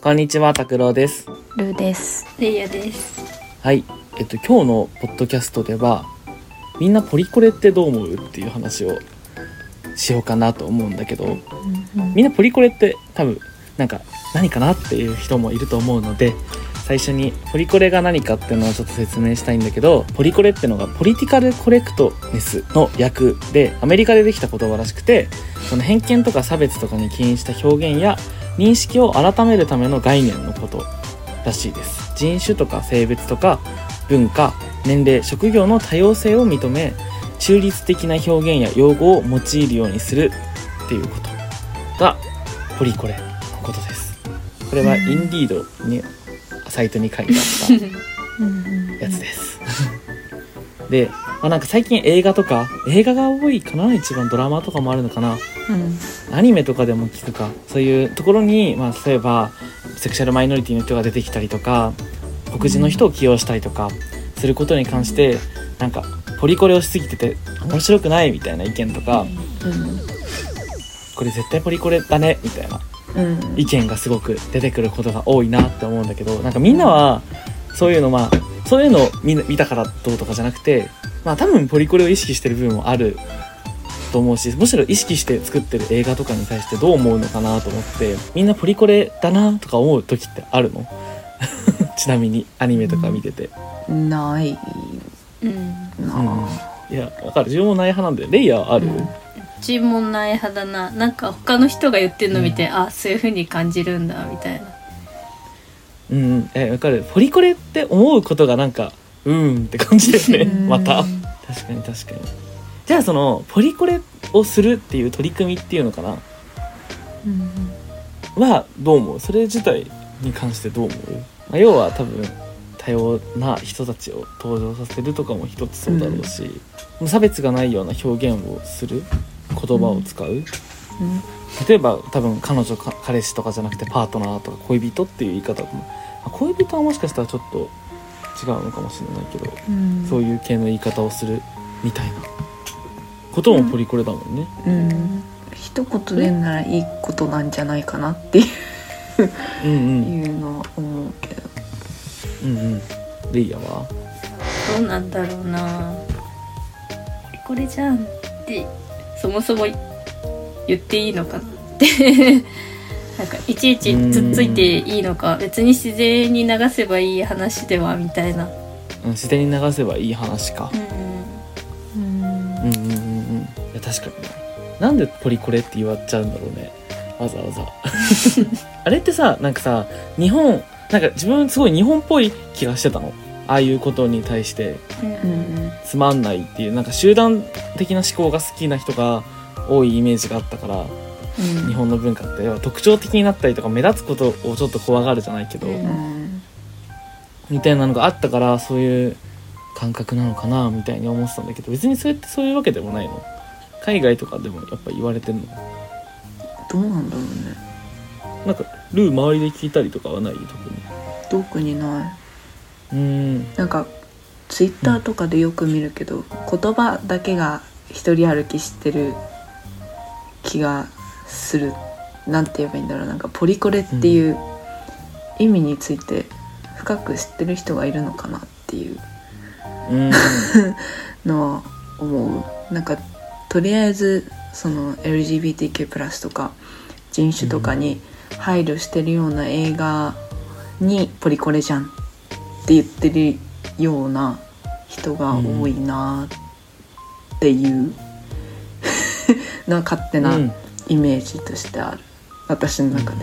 こんにちは、拓郎です。 ルーです。 レイヤです。 はい、今日のポッドキャストではみんなポリコレってどう思うっていう話をしようかなと思うんだけど、みんなポリコレって多分なんか何かなっていう人もいると思うので、最初にポリコレが何かっていうのをちょっと説明したいんだけど、ポリコレってのがポリティカルコレクトネスの略で、アメリカでできた言葉らしくて、その偏見とか差別とかに起因した表現や認識を改めるための概念のことらしいです。人種とか性別とか文化、年齢、職業の多様性を認め、中立的な表現や用語を用いるようにするっていうことがポリコレのことです。これはインディードにサイトに書いてあったやつですで、なんか最近映画が多いかな、一番。ドラマとかもあるのかな、アニメとかでも聞くか、そういうところに、例えばセクシャルマイノリティの人が出てきたりとか、黒人の人を起用したりとかすることに関して、なんかポリコレをしすぎてて面白くないみたいな意見とか、これ絶対ポリコレだねみたいな意見がすごく出てくることが多いなって思うんだけど、なんかみんなはそういうのを見たからどうとかじゃなくて、多分ポリコレを意識してる部分もあると思うし、むしろ意識して作ってる映画とかに対してどう思うのかなと思って、みんなポリコレだなとか思う時ってあるのちなみにアニメとか見てて。 ない。 いや、わかる。自分もない派なんだよ。レイヤーある？ うちもない派だな。なんか他の人が言ってるの見て、そういう風に感じるんだみたいな。 わかる。ポリコレって思うことがなんかって感じですね。また確かに。じゃあそのポリコレをするっていう取り組みっていうのかな、はどう思う？それ自体に関してどう思う？要は多分多様な人たちを登場させるとかも一つそうだろうし、差別がないような表現をする、言葉を使う、例えば多分彼女彼氏とかじゃなくてパートナーとか恋人っていう言い方も、恋人はもしかしたらちょっと違うのかもしれないけど、そういう系の言い方をするみたいなこともポリコレだもんね。 一言で言うならいいことなんじゃないかなっていういうのは思うけど。 レイヤはどうなんだろうな。ポリコレじゃんってそもそも言っていいのかなってなんかいちいちつっついていいのか、別に自然に流せばいい話ではみたいな。 自然に流せばいい話か。いや確かにね。なんでポリコレって言わっちゃうんだろうね、わざわざあれってさ、なんかさ、日本なんか自分すごい日本っぽい気がしてたの、ああいうことに対して、つまんないっていう、なんか集団的な思考が好きな人が多いイメージがあったから、日本の文化って特徴的になったりとか目立つことをちょっと怖がるじゃないけど、みたいなのがあったから、そういう感覚なのかなみたいに思ってたんだけど、別にそれってそういうわけでもないの？海外とかでもやっぱ言われてるの？ どうなんだろうね。 なんかルー周りで聞いたりとかはない？ 特にない。なんかツイッターとかでよく見るけど、言葉だけが一人歩きしてる気がする。なんて言えばいいんだろう。なんかポリコレっていう意味について深く知ってる人がいるのかなっていうのは思う。なんかとりあえずその LGBTQ+ とか人種とかに配慮してるような映画にポリコレじゃんって言ってるような人が多いなっていうのは勝手なイメージとしてある、私の中で。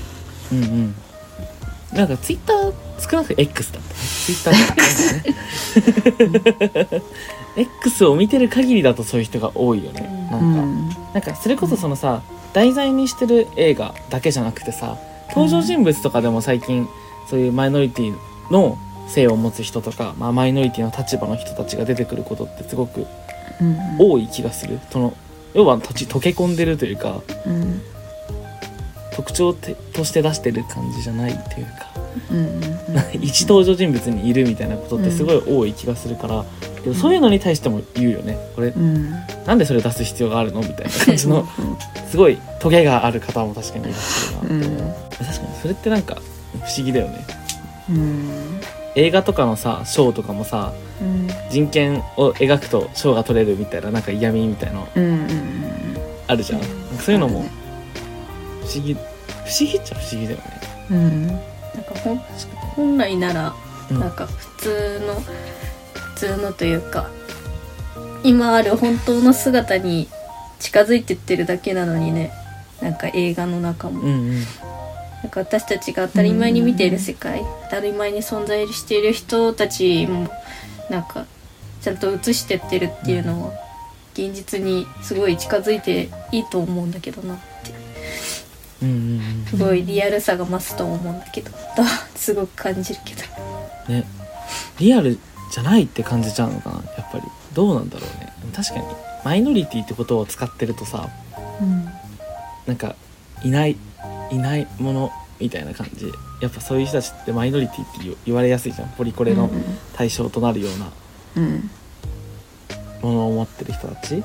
なんかツイッター少なくて X だった。ツイッターねX を見てる限りだとそういう人が多いよね。なんかそれこそそのさ、題材にしてる映画だけじゃなくてさ、登場人物とかでも最近そういうマイノリティの性を持つ人とか、マイノリティの立場の人たちが出てくることってすごく多い気がする。その要は溶け込んでるというか、特徴として出してる感じじゃないというか、 一登場人物にいるみたいなことってすごい多い気がするから、けどそういうのに対しても言うよね。これ、なんでそれ出す必要があるのみたいな感じのすごいトゲがある方も確かにいらっしゃるなって、確かにそれってなんか不思議だよね。映画とかのさ賞とかもさ、人権を描くと賞が取れるみたいな、なんか嫌味みたいなあるじゃん。そういうのも不思議っちゃ不思議だよね。 なんか本来ならなんか普通のというか今ある本当の姿に近づいてってるだけなのにね、なんか映画の中も、なんか私たちが当たり前に見ている世界、当たり前に存在している人たちもなんかちゃんと映してってるっていうのは現実にすごい近づいていいと思うんだけどなって、すごいリアルさが増すと思うんだけどすごく感じるけどね。リアルじゃないって感じちゃうのかな、やっぱり。どうなんだろうね。確かにマイノリティってことを使ってるとさ、なんかいないものみたいな感じ。やっぱそういう人たちってマイノリティって言われやすいじゃん。ポリコレの対象となるようなものを持ってる人たち。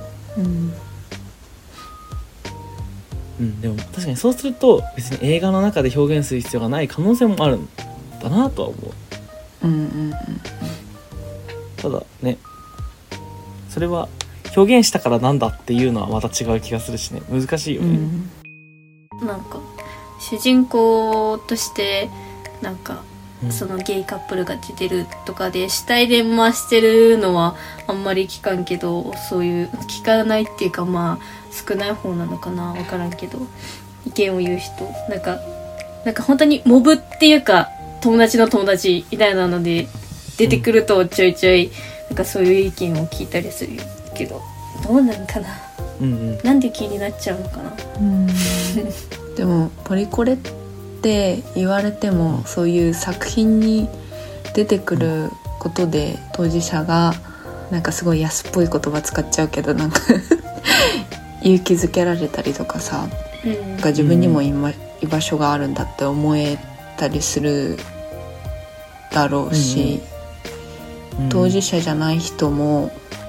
でも確かにそうすると別に映画の中で表現する必要がない可能性もあるんだなとは思う。ただね、それは表現したからなんだっていうのはまた違う気がするしね、難しいよね。 なんか主人公としてなんかそのゲイカップルが出てるとかで死体で回してるのはあんまり聞かんけど、そういう聞かないっていうかまあ少ない方なのかな、分からんけど意見を言う人なんか本当にモブっていうか友達の友達みたいなので出てくるとちょいちょいなんかそういう意見を聞いたりするけど、どうなんかな、なんで気になっちゃうのかな。 でもポリコレって言われても、そういう作品に出てくることで当事者がなんかすごい安っぽい言葉使っちゃうけどなんか勇気づけられたりとかさ、が自分にも居場所があるんだって思えたりするだろうし、当事者じゃない人も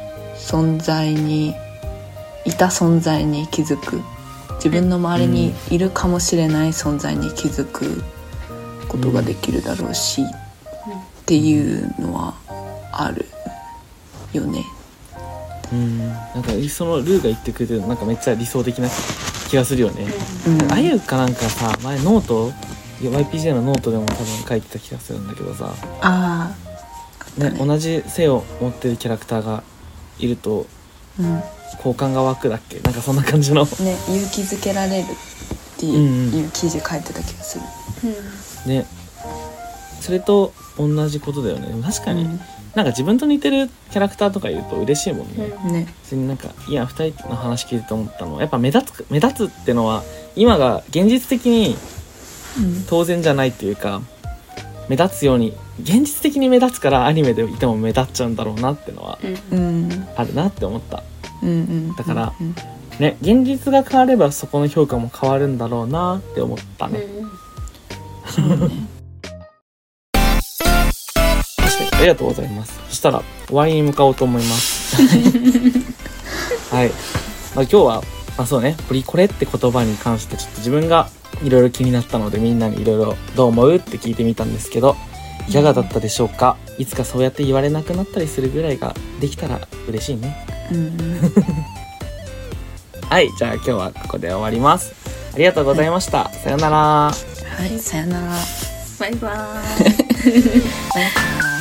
いた存在に気づく、自分の周りにいるかもしれない存在に気づくことができるだろうし、っていうのはあるよね。 なんかそのルーが言ってくれてるのなんかめっちゃ理想的な気がするよね。あゆかなんかさ、前ノート YPJ のノートでも多分書いてた気がするんだけどさ、同じ性を持ってるキャラクターがいると、好感が湧くだっけ、なんかそんな感じの、 勇気づけられるっていう記事書いてた気がする。 ね、それと同じことだよね。でも確かに、なんか自分と似てるキャラクターとかいると嬉しいもんね。別になんかいや2人の話聞いてて思ったのは、やっぱ目立つってのは今が現実的に当然じゃないっていうか、目立つように現実的に目立つからアニメでいても目立っちゃうんだろうなってのはあるなって思った。だからね、現実が変わればそこの評価も変わるんだろうなって思ったね。ありがとうございます。そしたら終わりに向かおうと思いますはい、今日はそうね、ポリコレって言葉に関してちょっと自分がいろいろ気になったのでみんなにいろいろどう思うって聞いてみたんですけど、いかがだったでしょうか。いつかそうやって言われなくなったりするぐらいができたら嬉しいね。はい、じゃあ今日はここで終わります。ありがとうございました。さよなら。 はい、さよなら。 バイバーイ。 バイバーイ。